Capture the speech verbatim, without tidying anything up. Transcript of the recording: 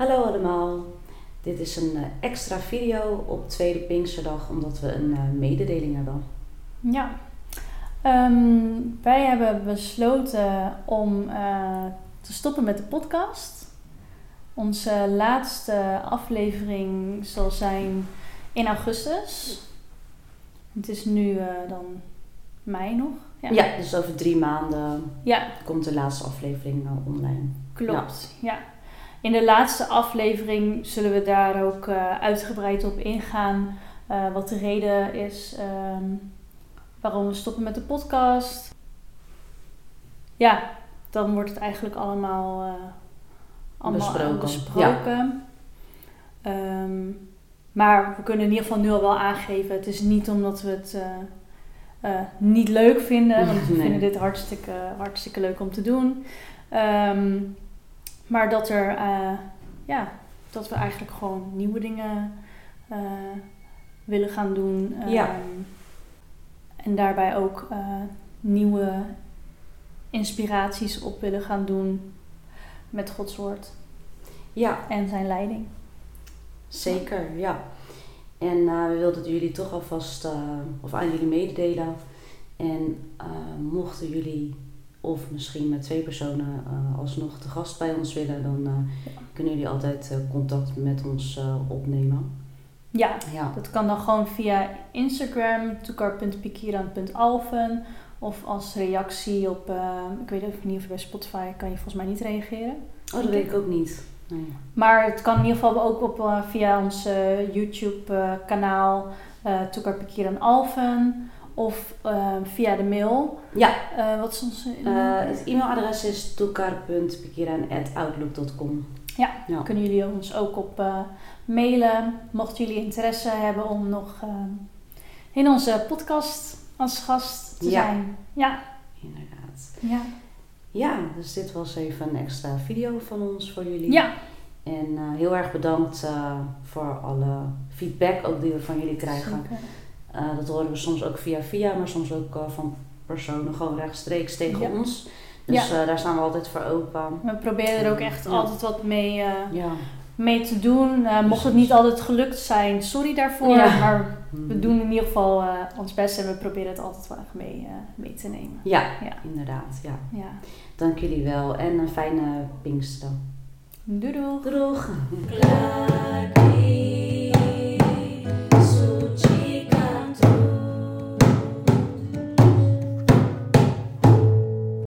Hallo allemaal, dit is een uh, extra video op tweede Pinksterdag omdat we een uh, mededeling hebben. Ja, um, wij hebben besloten om uh, te stoppen met de podcast. Onze laatste aflevering zal zijn in augustus. Het is nu uh, dan mei nog. Ja, ja dus over drie maanden ja. komt de laatste aflevering uh, online. Klopt, ja. ja. In de laatste aflevering zullen we daar ook uh, uitgebreid op ingaan. Uh, wat de reden is um, waarom we stoppen met de podcast. Ja, dan wordt het eigenlijk allemaal, uh, allemaal besproken. besproken. Ja. Um, maar we kunnen in ieder geval nu al wel aangeven. Het is niet omdat we het uh, uh, niet leuk vinden. Want we nee. vinden dit hartstikke, hartstikke leuk om te doen. Um, Maar dat er, uh, ja, dat we eigenlijk gewoon nieuwe dingen uh, willen gaan doen. Um, ja. En daarbij ook uh, nieuwe inspiraties op willen gaan doen met Gods woord. Ja. En zijn leiding. Zeker, ja. En uh, we wilden het jullie toch alvast, uh, of aan jullie mededelen. En uh, mochten jullie... of misschien met twee personen uh, alsnog te gast bij ons willen, dan uh, ja. kunnen jullie altijd uh, contact met ons uh, opnemen. Ja, ja, dat kan dan gewoon via Instagram, toekar punt pikiran punt alphen, of als reactie op, uh, ik weet even niet of bij Spotify kan je volgens mij niet reageren. Oh, dat weet ik ook niet. Nee. Maar het kan in ieder geval ook op, uh, via ons uh, YouTube uh, kanaal uh, toekar pikiran alphen. Of uh, via de mail. Ja. Uh, wat is ons uh, het e-mailadres is toekar punt pikiran at outlook dot com. Ja, ja, kunnen jullie ons ook op uh, mailen. Mochten jullie interesse hebben om nog uh, in onze podcast als gast te ja. zijn. Ja, inderdaad. Ja. Ja, dus dit was even een extra video van ons voor jullie. Ja. En uh, heel erg bedankt uh, voor alle feedback ook die we van jullie krijgen. Zeker. Uh, dat horen we soms ook via via, maar soms ook uh, van personen gewoon rechtstreeks tegen ja. ons. Dus ja. uh, daar staan we altijd voor open. We proberen er ook echt ja. altijd wat mee, uh, ja. mee te doen. Uh, mocht het niet altijd gelukt zijn, sorry daarvoor. Ja. Maar we doen in ieder geval uh, ons best en we proberen het altijd wel echt mee, uh, mee te nemen. Ja, ja. inderdaad. Ja. Ja. Dank jullie wel en een fijne Pinksterdag. Doei doeg. Doei doeg.